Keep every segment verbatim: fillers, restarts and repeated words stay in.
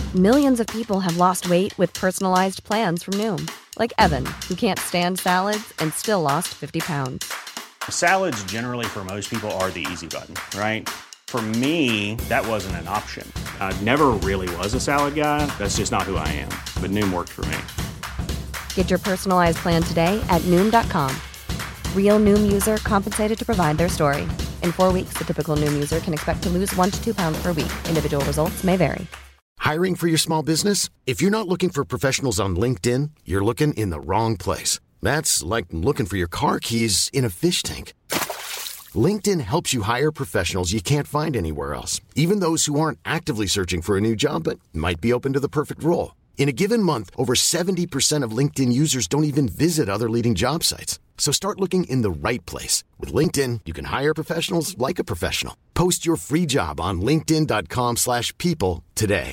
Millions of people have lost weight with personalized plans from Noom. Like Evan, who can't stand salads and still lost fifty pounds. Salads generally for most people are the easy button, right? For me, that wasn't an option. I never really was a salad guy. That's just not who I am. But Noom worked for me. Get your personalized plan today at Noom dot com. Real Noom user compensated to provide their story. In four weeks, the typical Noom user can expect to lose one to two pounds per week. Individual results may vary. Hiring for your small business? If you're not looking for professionals on LinkedIn, you're looking in the wrong place. That's like looking for your car keys in a fish tank. LinkedIn helps you hire professionals you can't find anywhere else, even those who aren't actively searching for a new job but might be open to the perfect role. In a given month, over seventy percent of LinkedIn users don't even visit other leading job sites. So start looking in the right place. With LinkedIn, you can hire professionals like a professional. Post your free job on linkedin dot com slash people today.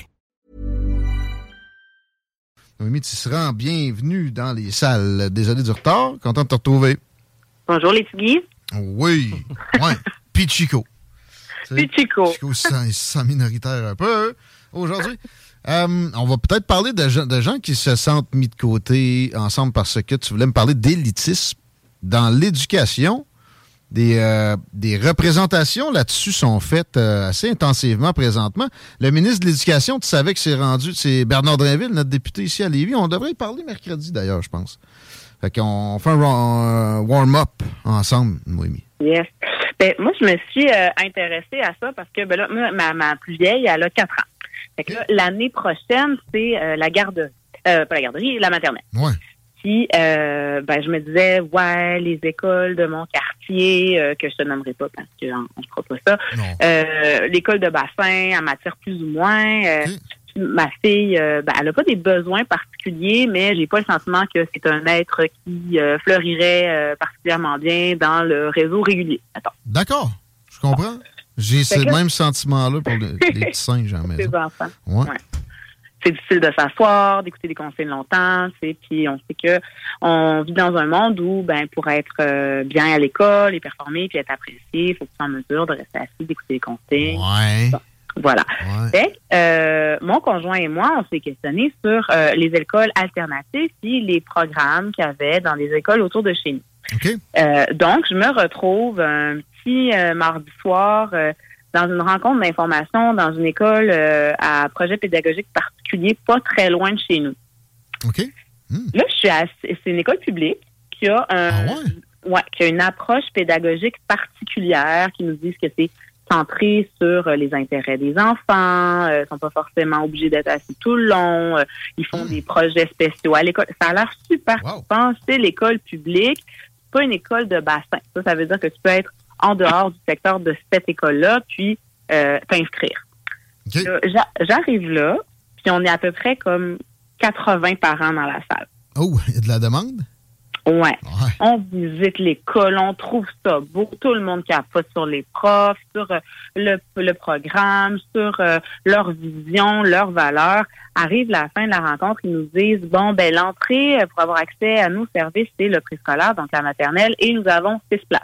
Noémie Tisserand, bienvenue dans les salles. Désolé du retard, content de te retrouver. Bonjour les petits. Oui, ouais, puis Chico. Puis Chico. Chico se sent, se sent minoritaire un peu aujourd'hui. Euh, on va peut-être parler de gens, de gens qui se sentent mis de côté ensemble parce que tu voulais me parler d'élitisme dans l'éducation. Des, euh, des représentations là-dessus sont faites euh, assez intensivement présentement. Le ministre de l'Éducation, tu savais que c'est rendu, c'est Bernard Drinville, notre député ici à Lévis. On devrait y parler mercredi d'ailleurs, je pense. Fait qu'on fait un uh, warm-up ensemble, Noémie. Yes. Ben, moi, je me suis euh, intéressée à ça parce que ben là, moi, ma, ma plus vieille, elle a quatre ans. Fait que là, l'année prochaine, c'est euh, la garderie. Euh, pas la garderie, la maternelle. Ouais. Puis, euh, ben, je me disais, ouais, les écoles de mon quartier, euh, que je te nommerai pas parce qu'on ne fera pas ça, euh, l'école de bassin, elle m'attire plus ou moins. Euh, okay. Ma fille, euh, ben, elle n'a pas des besoins particuliers, mais j'ai pas le sentiment que c'est un être qui euh, fleurirait euh, particulièrement bien dans le réseau régulier. Attends. D'accord, je comprends. J'ai ce que... même sentiment-là pour le, les petits singes à la maison. Les enfants. Ouais. Ouais. C'est difficile de s'asseoir, d'écouter des conseils longtemps, puis on sait que on vit dans un monde où, ben, pour être euh, bien à l'école et performer puis être apprécié, il faut que tu sois en mesure de rester assis, d'écouter des conseils. Ouais. Bon, voilà. Ouais. Fait, euh, mon conjoint et moi, on s'est questionnés sur euh, les écoles alternatives puis les programmes qu'il y avait dans les écoles autour de chez nous. Okay. Euh, donc, je me retrouve un petit euh, mardi soir euh, dans une rencontre d'information dans une école euh, à projet pédagogique particulier, pas très loin de chez nous. OK. Mmh. Là, je suis à, c'est une école publique qui a un, ah ouais? Ouais, qui a une approche pédagogique particulière qui nous dit que c'est centré sur euh, les intérêts des enfants, euh, sont pas forcément obligés d'être assis tout le long, euh, ils font mmh. des projets spéciaux à l'école. Ça a l'air super wow. pensé, l'école publique. C'est pas une école de bassin. Ça, ça veut dire que tu peux être en dehors du secteur de cette école-là, puis euh, t'inscrire. Okay. Là, j'a- j'arrive là, puis on est à peu près comme quatre-vingts parents dans la salle. Oh, il y a de la demande? Ouais. ouais. On visite l'école, on trouve ça beau. Tout le monde capote sur les profs, sur euh, le, le programme, sur euh, leur vision, leurs valeurs. Arrive la fin de la rencontre, ils nous disent, bon, ben l'entrée pour avoir accès à nos services, c'est le préscolaire, donc la maternelle, et nous avons six places.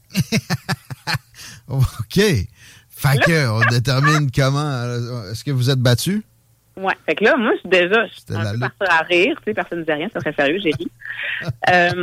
OK. Fait que, on détermine comment. Est-ce que vous êtes battu? Ouais. Fait que là, moi, je suis déjà je suis un peu partie à rire. Tu sais, personne ne disait rien, c'est très sérieux, j'ai ri. euh...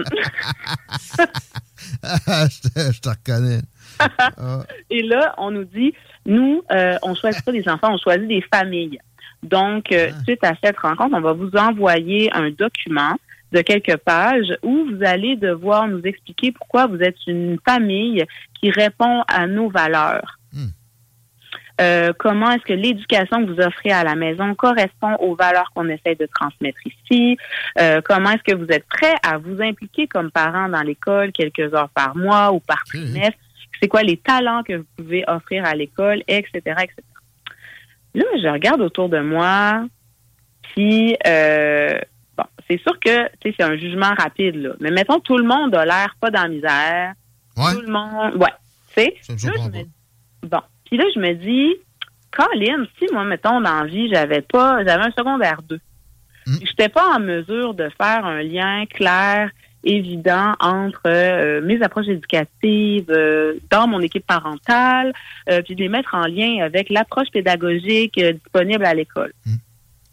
je, te, je te reconnais. oh. Et là, on nous dit, nous, euh, on choisit pas des enfants, on choisit des familles. Donc, euh, ah. suite à cette rencontre, on va vous envoyer un document de quelques pages où vous allez devoir nous expliquer pourquoi vous êtes une famille qui répond à nos valeurs. Mm. Euh, comment est-ce que l'éducation que vous offrez à la maison correspond aux valeurs qu'on essaie de transmettre ici? Euh, comment est-ce que vous êtes prêt à vous impliquer comme parent dans l'école quelques heures par mois ou par trimestre? Mm. C'est quoi les talents que vous pouvez offrir à l'école, et cetera, et cetera. Là, je regarde autour de moi, puis... Euh, Bon, c'est sûr que tu sais, c'est un jugement rapide, là. Mais mettons, tout le monde a l'air pas dans la misère. Ouais. Tout le monde. Ouais. Tu sais. Me... Bon. Puis là, je me dis, Colin, si moi, mettons, dans la vie, j'avais pas. J'avais un secondaire deux. Mm. Je n'étais pas en mesure de faire un lien clair, évident entre euh, mes approches éducatives euh, dans mon équipe parentale, euh, puis de les mettre en lien avec l'approche pédagogique euh, disponible à l'école. Mm.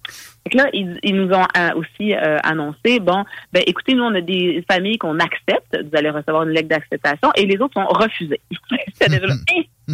que là, ils, ils nous ont euh, aussi euh, annoncé, bon, ben écoutez, nous, on a des familles qu'on accepte, vous allez recevoir une lettre d'acceptation, et les autres sont refusées. C'était déjà là.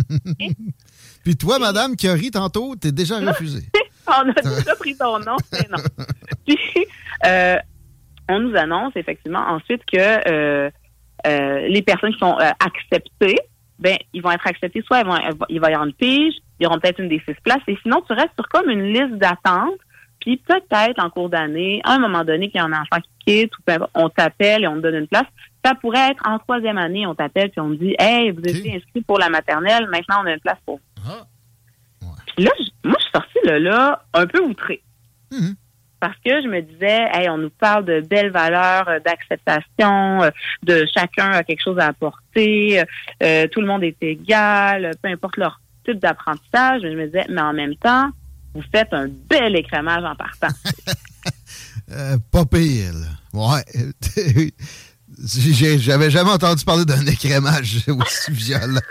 Puis toi, madame, qui a ri tantôt, t'es déjà refusée. On a déjà pris ton nom, mais non. Puis, euh, on nous annonce effectivement ensuite que euh, euh, les personnes qui sont euh, acceptées, ben ils vont être acceptés, soit ils vont, il va y avoir une pige, il y aura peut-être une des six places, et sinon tu restes sur comme une liste d'attente, puis peut-être en cours d'année, à un moment donné, qu'il y a un enfant qui quitte, ou on t'appelle et on te donne une place. Ça pourrait être en troisième année, on t'appelle puis on te dit « Hey, vous étiez inscrit pour la maternelle, maintenant on a une place pour vous. Ah. » Ouais. Puis là, je, moi, je suis sortie de là un peu outrée. Mm-hmm. Parce que je me disais, hey, on nous parle de belles valeurs, euh, d'acceptation, euh, de chacun a quelque chose à apporter, euh, tout le monde est égal, peu importe leur type d'apprentissage. Mais je me disais, mais en même temps, vous faites un bel écrémage en partant. euh, pas pire, là. Ouais. J'avais jamais entendu parler d'un écrémage aussi violent.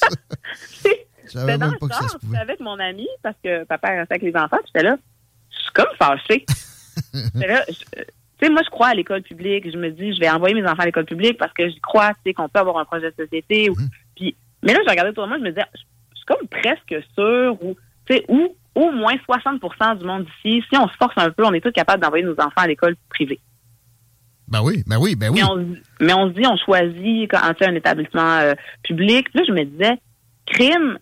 J'avais même pas que ça se pouvait. J'étais avec mon ami, parce que papa restait avec les enfants, puis j'étais là. Je suis comme fâchée. là, tu sais, moi, je crois à l'école publique. Je me dis, je vais envoyer mes enfants à l'école publique parce que j'y crois, tu sais, qu'on peut avoir un projet de société. Ou, mm. puis, mais là, je regardais autour de moi, je me disais, je, je suis comme presque sûre, ou, tu sais, ou au moins soixante pour cent du monde ici, si on se force un peu, on est tous capables d'envoyer nos enfants à l'école privée. Ben oui, ben oui, ben oui. Mais on, mais on se dit, on choisit quand on fait un établissement euh, public. Là, je me disais, crime,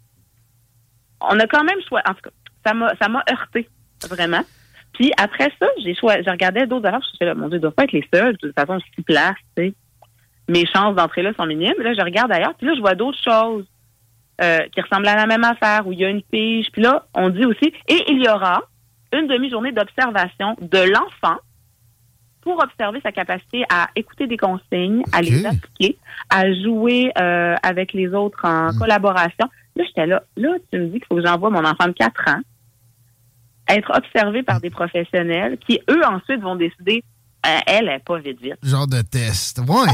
on a quand même choisi. En tout cas, ça m'a, ça m'a heurté. Vraiment. Puis après ça, j'ai choisi, je regardais d'autres affaires, je me suis dit, mon Dieu, ils doivent pas être les seuls, de toute façon, six places, tu sais. Mes chances d'entrer là sont minimes. Là, je regarde ailleurs, puis là, je vois d'autres choses euh, qui ressemblent à la même affaire, où il y a une pige. Puis là, on dit aussi, et il y aura une demi-journée d'observation de l'enfant pour observer sa capacité à écouter des consignes, à okay. les appliquer, à jouer euh, avec les autres en mmh. collaboration. Là, j'étais là. Là, tu me dis qu'il faut que j'envoie mon enfant de quatre ans être observé par des professionnels qui, eux, ensuite, vont décider euh, elle n'est pas vite vite. Genre de test. Ouais.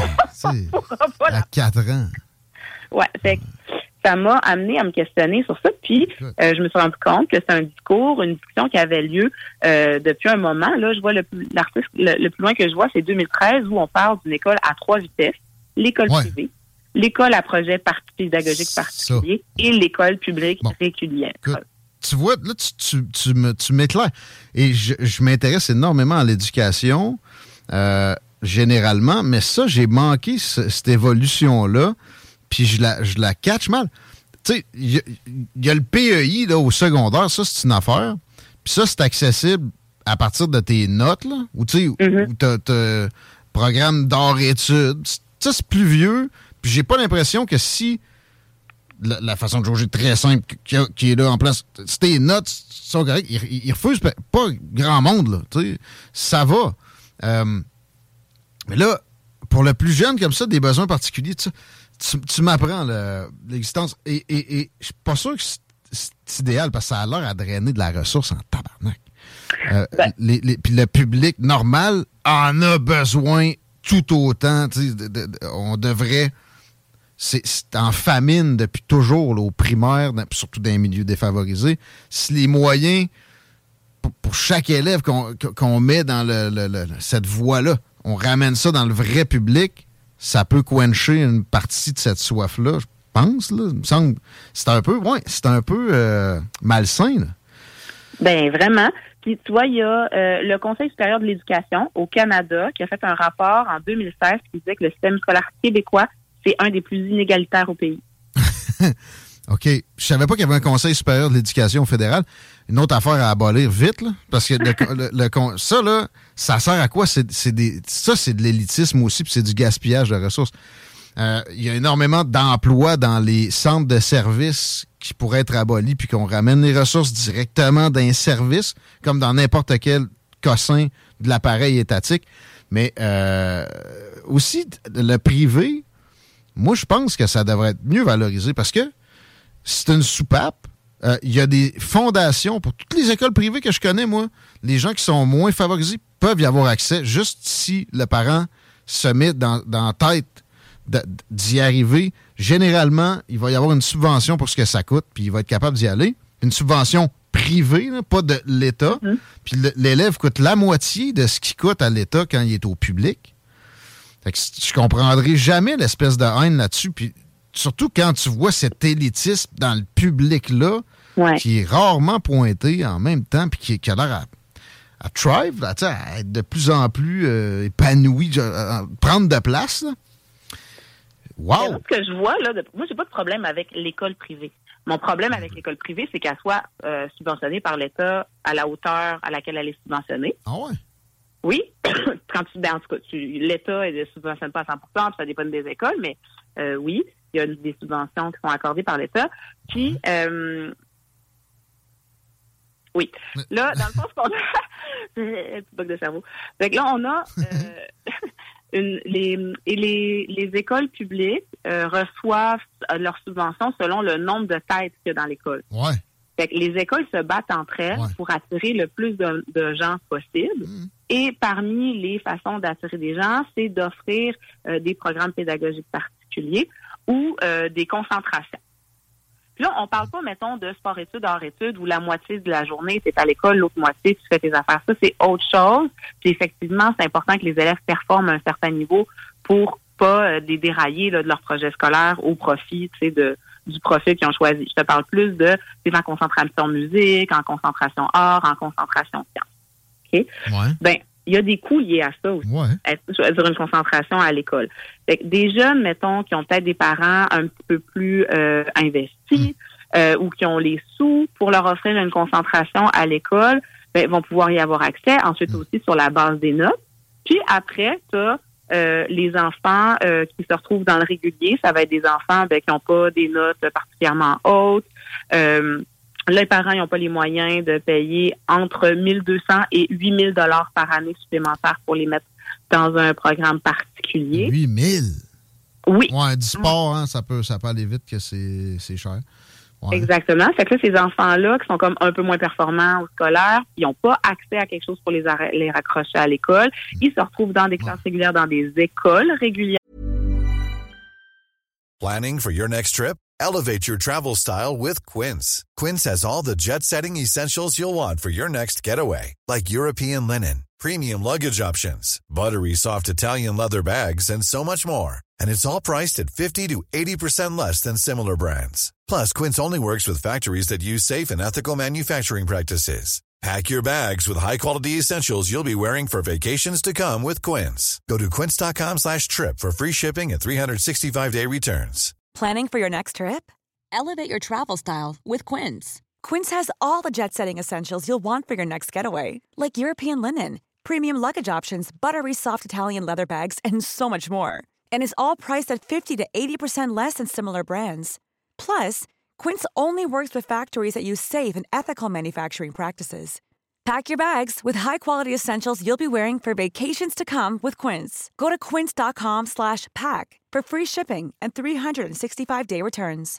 À quatre ans. Ouais. Fait que ça m'a amené à me questionner sur ça. Puis, euh, je me suis rendu compte que c'est un discours, une discussion qui avait lieu euh, depuis un moment. Là, je vois le plus, l'article le, le plus loin que je vois, c'est deux mille treize, où on parle d'une école à trois vitesses. L'école ouais. privée, l'école à projet pédagogique particulier ça. Et l'école publique bon. régulière. Écoute. Tu vois, là, tu, tu, tu, me, tu m'éclaires. Et je, je m'intéresse énormément à l'éducation, euh, généralement, mais ça, j'ai manqué ce, cette évolution-là, puis je la, je la catch mal. Tu sais, il y, y a le P E I là, au secondaire, ça, c'est une affaire. Puis ça, c'est accessible à partir de tes notes, là, ou tu sais, mm-hmm. où t'as, t'as programme d'art-études. Ça, c'est plus vieux, puis j'ai pas l'impression que si... La, la façon de jauger très simple qui, qui est là en place. Si tes notes sont correctes, ils, ils refusent pas grand monde, là. Tu sais, ça va. Euh, mais là, pour le plus jeune comme ça, des besoins particuliers, tu, tu, tu m'apprends là, l'existence. Et, et, et je suis pas sûr que c'est, c'est idéal parce que ça a l'air à drainer de la ressource en tabarnak. Euh, ben. les, les, puis le public normal en a besoin tout autant. Tu sais, de, de, de, on devrait... C'est, c'est en famine depuis toujours, là, au primaire, dans, surtout dans les milieux défavorisés. Si les moyens, pour, pour chaque élève qu'on, qu'on met dans le, le, le, cette voie-là, on ramène ça dans le vrai public, ça peut quencher une partie de cette soif-là, je pense. Là. Il me semble c'est un peu, ouais, c'est un peu euh, malsain. Là. Ben vraiment. Puis tu vois, il y a euh, le Conseil supérieur de l'éducation au Canada qui a fait un rapport en deux mille seize qui disait que le système scolaire québécois c'est un des plus inégalitaires au pays. OK. Je savais pas qu'il y avait un Conseil supérieur de l'éducation fédérale. Une autre affaire à abolir vite, là. Parce que le, le, le, ça, là, ça sert à quoi? C'est, c'est des, ça, c'est de l'élitisme aussi, puis c'est du gaspillage de ressources. Euh, il y a énormément d'emplois dans les centres de services qui pourraient être abolis, puis qu'on ramène les ressources directement d'un service, comme dans n'importe quel cossin de l'appareil étatique. Mais euh, aussi, le privé... Moi, je pense que ça devrait être mieux valorisé parce que c'est une soupape. Il euh, y a des fondations pour toutes les écoles privées que je connais, moi. Les gens qui sont moins favorisés peuvent y avoir accès juste si le parent se met dans, dans la tête de, d'y arriver. Généralement, il va y avoir une subvention pour ce que ça coûte, puis il va être capable d'y aller. Une subvention privé, là, pas de l'État. Mm-hmm. Puis le, l'élève coûte la moitié de ce qu'il coûte à l'État quand il est au public. Fait que je comprendrai jamais l'espèce de haine là-dessus. Puis surtout quand tu vois cet élitisme dans le public-là, ouais. qui est rarement pointé en même temps, puis qui, qui a l'air à, à thrive, là, à être de plus en plus euh, épanoui, à, à prendre de place. Là. Wow! Ce que je vois, là, de, moi, j'ai pas de problème avec l'école privée. Mon problème avec l'école privée, c'est qu'elle soit euh, subventionnée par l'État à la hauteur à laquelle elle est subventionnée. Ah ouais? Oui. Quand tu, ben, en tout cas, tu, l'État ne subventionne pas à cent pour cent, puis ça dépend des écoles, mais euh, oui, il y a des subventions qui sont accordées par l'État. Puis, euh, oui. Là, dans le fond, ce qu'on a... Petit bug de cerveau. Fait que là, on a... Euh, une, les, et les, les écoles publiques euh, reçoivent leurs subventions selon le nombre de têtes qu'il y a dans l'école. Ouais. Fait que les écoles se battent entre elles ouais. pour attirer le plus de, de gens possible. Mmh. Et parmi les façons d'attirer des gens, c'est d'offrir euh, des programmes pédagogiques particuliers ou euh, des concentrations. Puis là, on parle pas, mettons, de sport-études, hors-études, où la moitié de la journée, c'est à l'école, l'autre moitié, tu fais tes affaires. Ça, c'est autre chose. Puis effectivement, c'est important que les élèves performent à un certain niveau pour pas euh, les dérailler là, de leur projet scolaire au profit, tu sais, de du profil qu'ils ont choisi. Je te parle plus de c'est en concentration musique, en concentration art, en concentration sciences. OK? Ouais. Ben, il y a des coûts liés à ça aussi. Ouais. À choisir une concentration à l'école. Fait que des jeunes, mettons, qui ont peut-être des parents un petit peu plus euh, investis mmh. euh, ou qui ont les sous pour leur offrir une concentration à l'école, ben, vont pouvoir y avoir accès. Ensuite mmh. aussi sur la base des notes. Puis après, tu as Euh, les enfants euh, qui se retrouvent dans le régulier, ça va être des enfants ben, qui n'ont pas des notes particulièrement hautes. Euh, les parents n'ont pas les moyens de payer entre mille deux cents et huit mille dollars par année supplémentaires pour les mettre dans un programme particulier. huit mille? Oui. Ouais, du sport, hein, ça peut, ça peut aller vite que c'est, c'est cher. Ouais. Exactement. Fait que là, ces enfants-là qui sont comme un peu moins performants au scolaire, ils n'ont pas accès à quelque chose pour les, arra- les raccrocher à l'école. Ils se retrouvent dans des classes ouais. régulières, dans des écoles régulières. Planning for your next trip? Elevate your travel style with Quince. Quince has all the jet-setting essentials you'll want for your next getaway, like European linen, premium luggage options, buttery soft Italian leather bags, and so much more. And it's all priced at fifty to eighty percent less than similar brands. Plus, Quince only works with factories that use safe and ethical manufacturing practices. Pack your bags with high-quality essentials you'll be wearing for vacations to come with Quince. Go to quince.com slash trip for free shipping and three sixty-five day returns. Planning for your next trip? Elevate your travel style with Quince. Quince has all the jet-setting essentials you'll want for your next getaway, like European linen, premium luggage options, buttery soft Italian leather bags, and so much more. And is all priced at fifty to eighty percent less than similar brands. Plus, Quince only works with factories that use safe and ethical manufacturing practices. Pack your bags with high-quality essentials you'll be wearing for vacations to come with Quince. Go to quince.com slash pack for free shipping and three sixty-five day returns.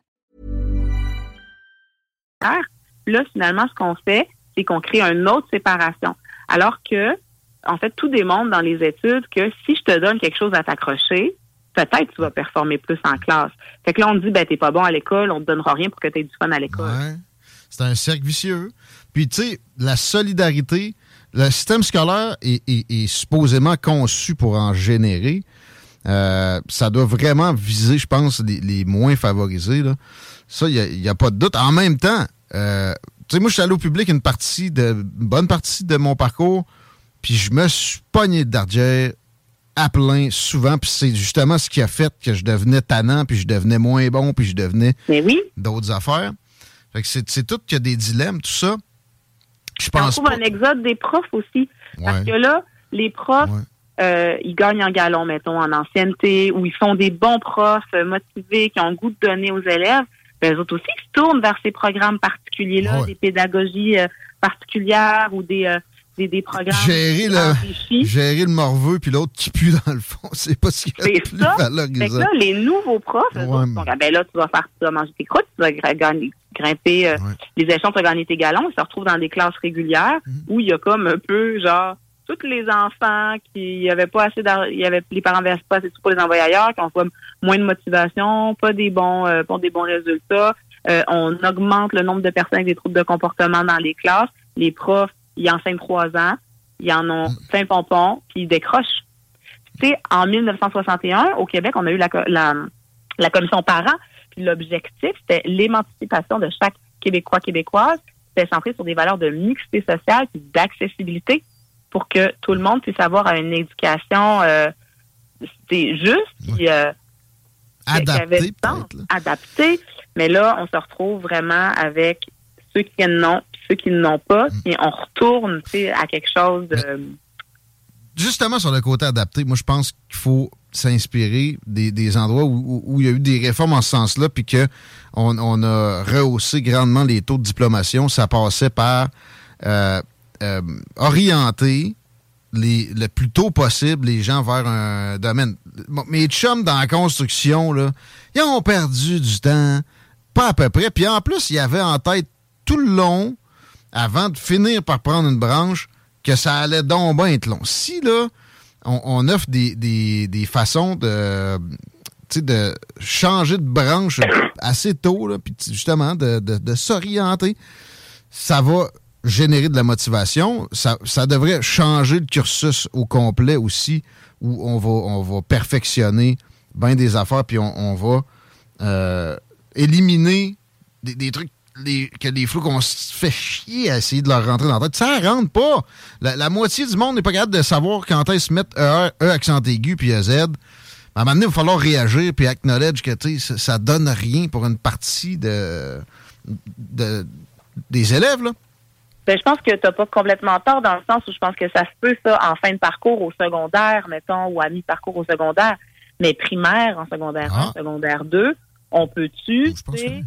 Là, finalement, ce qu'on fait, c'est qu'on crée une autre séparation. Alors que, en fait, tout démontre dans les études que si je te donne quelque chose à t'accrocher, peut-être tu vas performer plus en classe. Fait que là, on te dit, ben, t'es pas bon à l'école, on te donnera rien pour que t'aies du fun à l'école. Ouais. C'est un cercle vicieux. Puis, tu sais, la solidarité, le système scolaire est, est, est supposément conçu pour en générer. Euh, ça doit vraiment viser, je pense, les, les moins favorisés, là. Ça, il n'y a, a pas de doute. En même temps, euh, tu sais, moi, je suis allé au public une partie de, une bonne partie de mon parcours, puis je me suis pogné d'argère à plein souvent, puis c'est justement ce qui a fait que je devenais tannant, puis je devenais moins bon, puis je devenais Mais oui. d'autres affaires. Fait que c'est, c'est tout qu'il y a des dilemmes, tout ça. Je pense on trouve pas... un exode des profs aussi. Ouais. Parce que là, les profs, ouais. euh, ils gagnent en galon, mettons, en ancienneté, ou ils sont des bons profs euh, motivés, qui ont le goût de donner aux élèves. Ben, eux autres aussi, ils se tournent vers ces programmes particuliers-là, ouais. des pédagogies euh, particulières ou des... Euh, Des, des programmes gérer le, gérer le morveux puis l'autre qui pue dans le fond, c'est pas ce qu'il y a de plus ça. Valorisant. Fait que là, les nouveaux profs, ouais. autres, donc, ben là, tu vas faire, tu vas manger tes croûtes, tu vas gagner, grimper euh, ouais. les échelons, tu vas gagner tes galons, ils se retrouvent dans des classes régulières mm-hmm. où il y a comme un peu, genre, tous les enfants qui avaient pas assez d'argent, il y avait, les parents n'avaient pas assez de sous pour les envoyer ailleurs, qui ont comme moins de motivation, pas des bons, euh, pas des bons résultats. Euh, on augmente le nombre de personnes avec des troubles de comportement dans les classes. Les profs, ils enseignent trois ans, ils en ont cinq pompons, puis ils décrochent. Tu sais, en dix-neuf cent soixante et un, au Québec, on a eu la, la, la commission parents, puis l'objectif, c'était l'émancipation de chaque Québécois, Québécoise. C'était centré sur des valeurs de mixité sociale puis d'accessibilité pour que tout le monde puisse avoir une éducation euh, c'était juste, puis euh, adapté, adapté. Mais là, on se retrouve vraiment avec ceux qui en ont, puis ceux qui n'ont pas, mm. puis on retourne à quelque chose de... Mais, justement, sur le côté adapté, moi, je pense qu'il faut s'inspirer des, des endroits où, où il y a eu des réformes en ce sens-là, puis qu'on on a rehaussé grandement les taux de diplomation. Ça passait par euh, euh, orienter les, le plus tôt possible les gens vers un domaine. Mes chums dans la construction, là, ils ont perdu du temps, pas à peu près. Puis en plus, ils avaient en tête tout le long, avant de finir par prendre une branche, que ça allait donc bien être long. Si, là, on, on offre des, des, des façons de, de changer de branche assez tôt, là, puis justement, de, de, de s'orienter, ça va générer de la motivation. Ça, ça devrait changer le cursus au complet aussi, où on va, on va perfectionner bien des affaires, puis on, on va euh, éliminer des, des trucs Les, que les flous qu'on se fait chier à essayer de leur rentrer dans la tête. Ça rentre pas. La, la moitié du monde n'est pas capable de savoir quand est-ce se mettre E, E accent aigu puis E Z. À un moment donné, il va falloir réagir puis acknowledge que ça, ça donne rien pour une partie de, de des élèves, là. Ben, je pense que tu n'as pas complètement tort dans le sens où je pense que ça se peut, ça, en fin de parcours au secondaire, mettons, ou à mi-parcours au secondaire. Mais primaire, en secondaire ah. un, secondaire deux, on peut-tu, tu sais,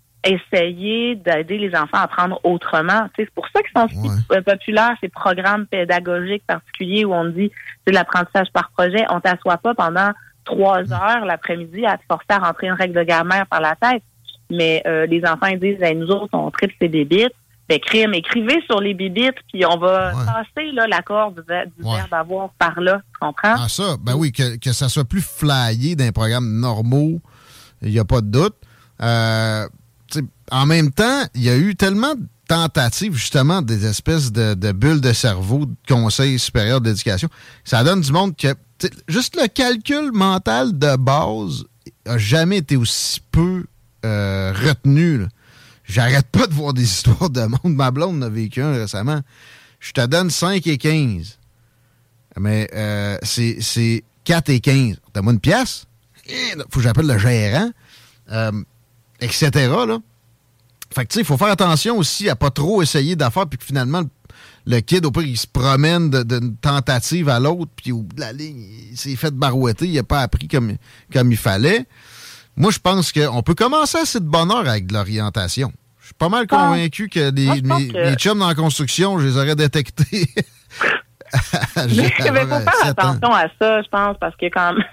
essayer d'aider les enfants à apprendre autrement. Tu sais, c'est pour ça qu'ils sont si ouais. populaires, ces programmes pédagogiques particuliers où on dit c'est l'apprentissage par projet. On t'assoit pas pendant trois mmh. heures l'après-midi à te forcer à rentrer une règle de grammaire par la tête. Mais euh, les enfants ils disent hey, nous autres, on tripe ces bébites. Ben, crime, écrivez sur les bébites, puis on va ouais. passer là, l'accord du, du ouais. verbe avoir par là. Tu comprends? Ah, ça, ben oui, que, que ça soit plus flyé d'un programme normaux, il n'y a pas de doute. Euh, en même temps, il y a eu tellement de tentatives, justement, des espèces de, de bulles de cerveau de Conseil supérieur d'éducation. Ça donne du monde que juste le calcul mental de base n'a jamais été aussi peu euh, retenu, là. J'arrête pas de voir des histoires de monde. Ma blonde en a vécu un récemment. Je te donne cinq et quinze. Mais euh, c'est, c'est quatre et quinze. Donne-moi une pièce. Faut que j'appelle le gérant. Euh, et cetera. Là. Fait que tu sais, il faut faire attention aussi à pas trop essayer d'affaires puis que finalement, le, le kid, au pire, il se promène de, d'une tentative à l'autre puis au bout de la ligne, il s'est fait barouetter. Il n'a pas appris comme, comme il fallait. Moi, je pense qu'on peut commencer assez de bonne heure avec de l'orientation. Je suis pas mal convaincu que les, Moi, mes, que... mes chums dans la construction, je les aurais détectés. Mais il faut faire attention ans. à ça, je pense, parce que quand même...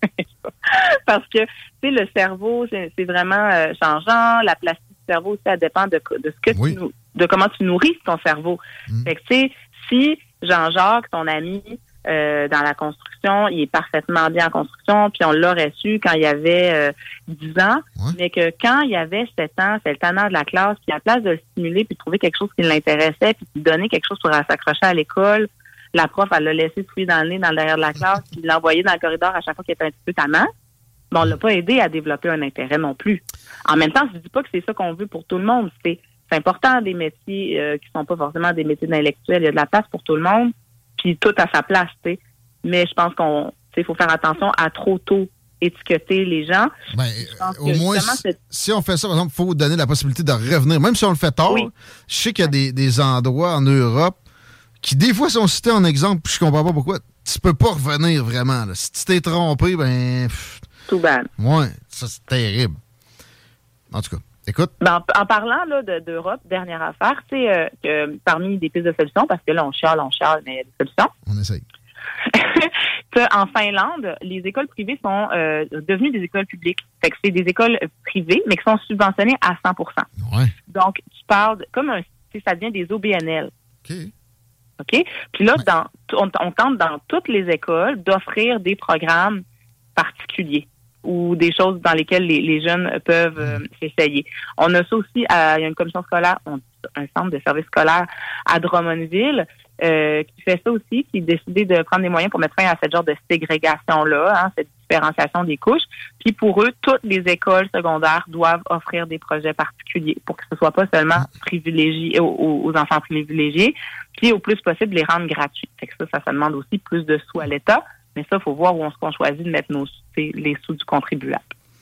parce que, tu sais, le cerveau, c'est, c'est vraiment euh, changeant. La plasticité du cerveau, ça dépend de, de ce que oui. tu, de comment tu nourris ton cerveau. Mm. Fait que, tu sais, si Jean-Jacques, ton ami, Euh, dans la construction, il est parfaitement bien en construction, puis on l'aurait su quand il avait euh, dix ans, ouais. mais que quand il avait sept ans, c'est le tannant de la classe, puis à la place de le stimuler, puis de trouver quelque chose qui l'intéressait, puis de lui donner quelque chose pour s'accrocher à l'école, la prof, elle l'a laissé fouiller dans le nez, dans le derrière de la classe, puis l'envoyer dans le corridor à chaque fois qu'il était un petit peu tannant. Mais on l'a pas aidé à développer un intérêt non plus. En même temps, je dis pas que c'est ça qu'on veut pour tout le monde. C'est, c'est important, des métiers euh, qui sont pas forcément des métiers d'intellectuels. Il y a de la place pour tout le monde. Puis tout à sa place, tu sais. Mais je pense qu'on, tu sais, faut faire attention à trop tôt étiqueter les gens. Ben, au moins, si, si on fait ça, par exemple, il faut donner la possibilité de revenir. Même si on le fait tard, oui. Je sais qu'il y a des, des endroits en Europe qui, des fois, sont cités en exemple, puis je comprends pas pourquoi. Tu peux pas revenir vraiment, là. Si tu t'es trompé, ben... Pff, tout bad. Ouais, ça, c'est terrible. En tout cas. Écoute. Ben, en, en parlant là, de, d'Europe, dernière affaire, tu sais, euh, que parmi des pistes de solutions, parce que là, on chiale, on chiale, mais il y a des solutions. On essaye. En Finlande, les écoles privées sont euh, devenues des écoles publiques. Fait que c'est des écoles privées, mais qui sont subventionnées à cent pour cent. Ouais. Donc, tu parles de, comme un, ça devient des O B N L. OK. OK? Puis là, ouais. dans, on, on tente dans toutes les écoles d'offrir des programmes particuliers. ou des choses dans lesquelles les, les jeunes peuvent euh, s'essayer. On a ça aussi, à, il y a une commission scolaire, on, un centre de service scolaire à Drummondville euh, qui fait ça aussi, qui a décidé de prendre des moyens pour mettre fin à ce genre de ségrégation-là, hein, cette différenciation des couches. Puis pour eux, toutes les écoles secondaires doivent offrir des projets particuliers pour que ce soit pas seulement privilégié aux, aux enfants privilégiés, puis au plus possible les rendre gratuits. Fait que ça, ça, ça demande aussi plus de sous à l'État, mais ça, il faut voir où on, on choisit de mettre nos, les sous du contribuable.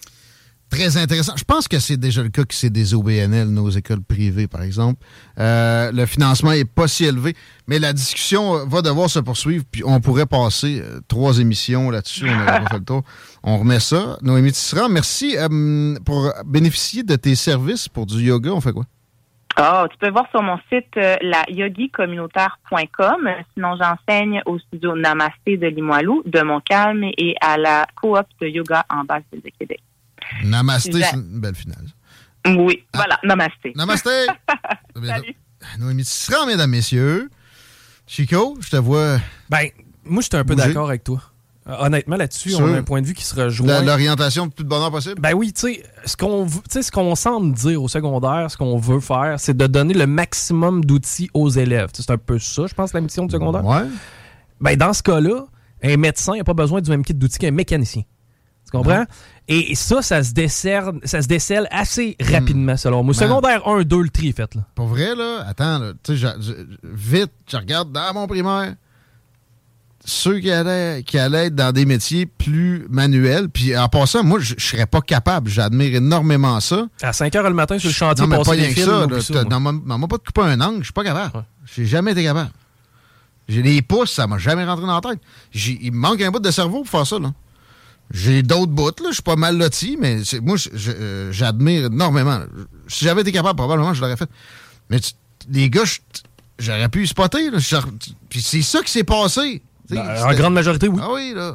Très intéressant. Je pense que c'est déjà le cas que c'est des O B N L, nos écoles privées, par exemple. Euh, le financement n'est pas si élevé, mais la discussion va devoir se poursuivre, puis on pourrait passer euh, trois émissions là-dessus. On a fait le tour. On remet ça. Noémie Tisserand, merci. Euh, pour bénéficier de tes services pour du yoga, on fait quoi? Oh, tu peux voir sur mon site euh, la yogi communautaire point com. Sinon, j'enseigne au studio Namasté de Limoilou, de Montcalm et à la coop de yoga en Basse-Ville de Québec. Namasté, c'est une belle finale. Oui, ah. Voilà, Namasté. Namasté! Salut. Noémie Tisserand, mesdames, messieurs. Chico, je te vois. Ben, moi, j'étais un peu bouger. D'accord avec toi. Honnêtement, là-dessus, Sûr. on a un point de vue qui se rejoint. L'orientation le plus de bonheur possible? Ben oui, tu sais, ce qu'on ce qu'on semble dire au secondaire, ce qu'on veut faire, c'est de donner le maximum d'outils aux élèves. T'sais, c'est un peu ça, je pense, la mission du secondaire. Ouais. Ben dans ce cas-là, un médecin n'a pas besoin du même kit d'outils qu'un mécanicien. Tu comprends? Non. Et ça, ça se décerne, ça se décèle assez rapidement, selon moi. Secondaire un, deux, le tri est fait, là. Pour vrai, là, attends, là, tu sais, vite, je regarde dans mon primaire, ceux qui allaient, qui allaient être dans des métiers plus manuels, puis en passant, moi, je serais pas capable. J'admire énormément ça. À cinq heures le matin, sur le chantier, non, mais pas les rien que fils, ça. ça dans moi, pas de couper un angle, je suis pas capable. Ouais. J'ai jamais été capable. J'ai des pouces, ça m'a jamais rentré dans la tête. J'ai, il me manque un bout de cerveau pour faire ça, là. J'ai d'autres bouts, là. Je suis pas mal loti, mais c'est, moi, je, je, euh, j'admire énormément. Là. Si j'avais été capable, probablement, je l'aurais fait. Mais tu, les gars, je, j'aurais pu spotter, là. Je, puis c'est ça qui s'est passé. Ben, en grande majorité, oui. Ah oui, là.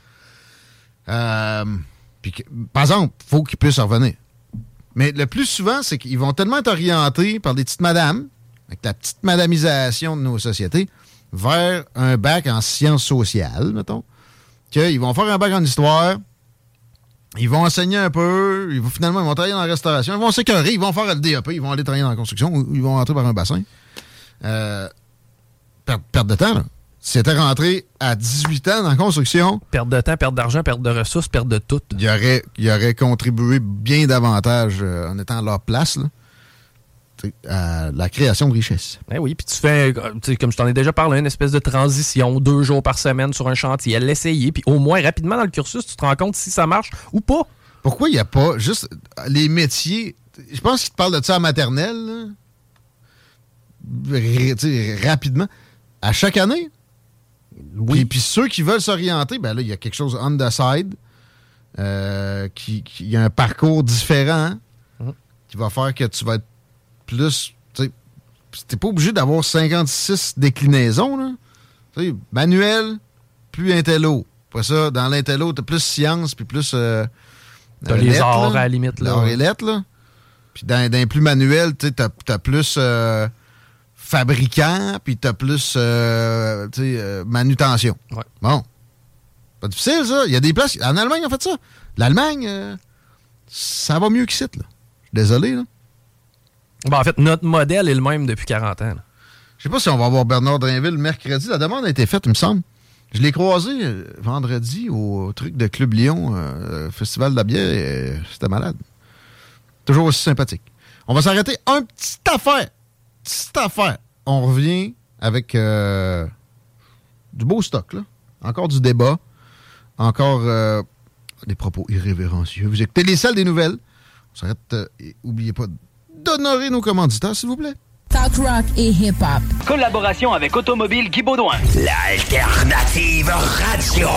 Euh, puis, par exemple, il faut qu'ils puissent revenir. Mais le plus souvent, c'est qu'ils vont tellement être orientés par des petites madames, avec la petite madamisation de nos sociétés, vers un bac en sciences sociales, mettons, qu'ils vont faire un bac en histoire, ils vont enseigner un peu, ils vont, finalement, ils vont travailler dans la restauration, ils vont s'écœurer, ils vont faire le D A P, ils vont aller travailler dans la construction, ou ils vont rentrer par un bassin. Euh, perte, perte de temps, là. Si c'était rentré à dix-huit ans dans la construction... Perte de temps, perte d'argent, perte de ressources, perte de tout. Il aurait, il aurait contribué bien davantage euh, en étant à leur place, là, à la création de richesse. Ben oui, puis tu fais, comme je t'en ai déjà parlé, une espèce de transition, deux jours par semaine sur un chantier, à l'essayer, puis au moins, rapidement dans le cursus, tu te rends compte si ça marche ou pas. Pourquoi il n'y a pas juste les métiers... Je pense qu'ils te parlent de ça à maternelle, là. R- rapidement. À chaque année... Oui. Puis ceux qui veulent s'orienter, ben là, il y a quelque chose on the side, euh, qui, qui y a un parcours différent, mmh. qui va faire que tu vas être plus... Tu n'es pas obligé d'avoir cinquante-six déclinaisons, là. T'sais, manuel, plus intello. Après ça, dans l'intello, tu as plus science, puis plus... Euh, t'as les lettres, arts, là, à la limite. Là. L'art et lettres, là. Puis dans, dans les plus manuels, tu as, as plus... Euh, fabricant, puis t'as plus euh, euh, manutention. Ouais. Bon. Pas difficile, ça. Il y a des places... En Allemagne, ils ont fait ça. L'Allemagne, euh, ça va mieux qu'ici, là. Je suis désolé, là. Ben, en fait, notre modèle est le même depuis quarante ans. Je sais pas si on va avoir Bernard Drainville mercredi. La demande a été faite, il me semble. Je l'ai croisé euh, vendredi au truc de Club Lyon, euh, Festival de la bière, et euh, c'était malade. Toujours aussi sympathique. On va s'arrêter un petit affaire. Petite affaire. On revient avec euh, du beau stock, là. Encore du débat. Encore euh, des propos irrévérencieux. Vous écoutez les salles des nouvelles. On s'arrête. Euh, et n'oubliez pas d'honorer nos commanditaires, s'il vous plaît. Talk rock et hip-hop. Collaboration avec Automobile Guy Baudouin. L'alternative radio.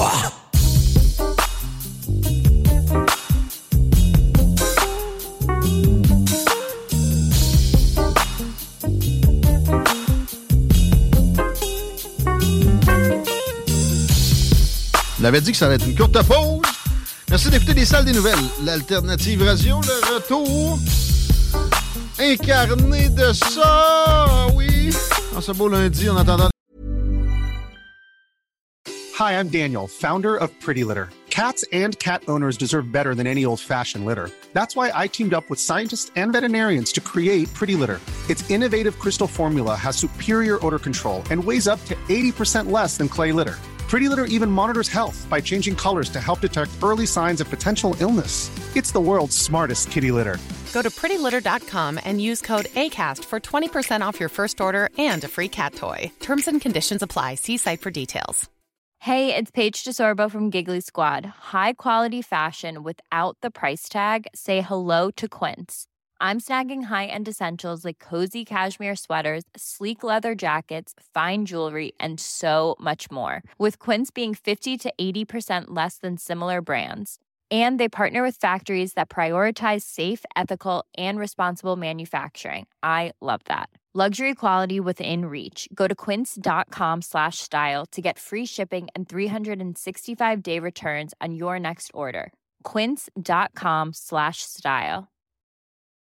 Je l'avais dit que ça allait être une courte pause. Merci d'écouter les salles des nouvelles. L'alternative radio, le retour incarné de ça, oui. En ce beau lundi, en attendant. Hi, I'm Daniel, founder of Pretty Litter. Cats and cat owners deserve better than any old-fashioned litter. That's why I teamed up with scientists and veterinarians to create Pretty Litter. Its innovative crystal formula has superior odor control and weighs up to eighty percent less than clay litter. Pretty Litter even monitors health by changing colors to help detect early signs of potential illness. It's the world's smartest kitty litter. Go to pretty litter dot com and use code ACAST for twenty percent off your first order and a free cat toy. Terms and conditions apply. See site for details. Hey, it's Paige DeSorbo from Giggly Squad. High quality fashion without the price tag. Say hello to Quince. I'm snagging high-end essentials like cozy cashmere sweaters, sleek leather jackets, fine jewelry, and so much more. With Quince being fifty to eighty percent less than similar brands. And they partner with factories that prioritize safe, ethical, and responsible manufacturing. I love that. Luxury quality within reach. Go to quince.com slash style to get free shipping and three sixty-five day returns on your next order. Quince.com slash style.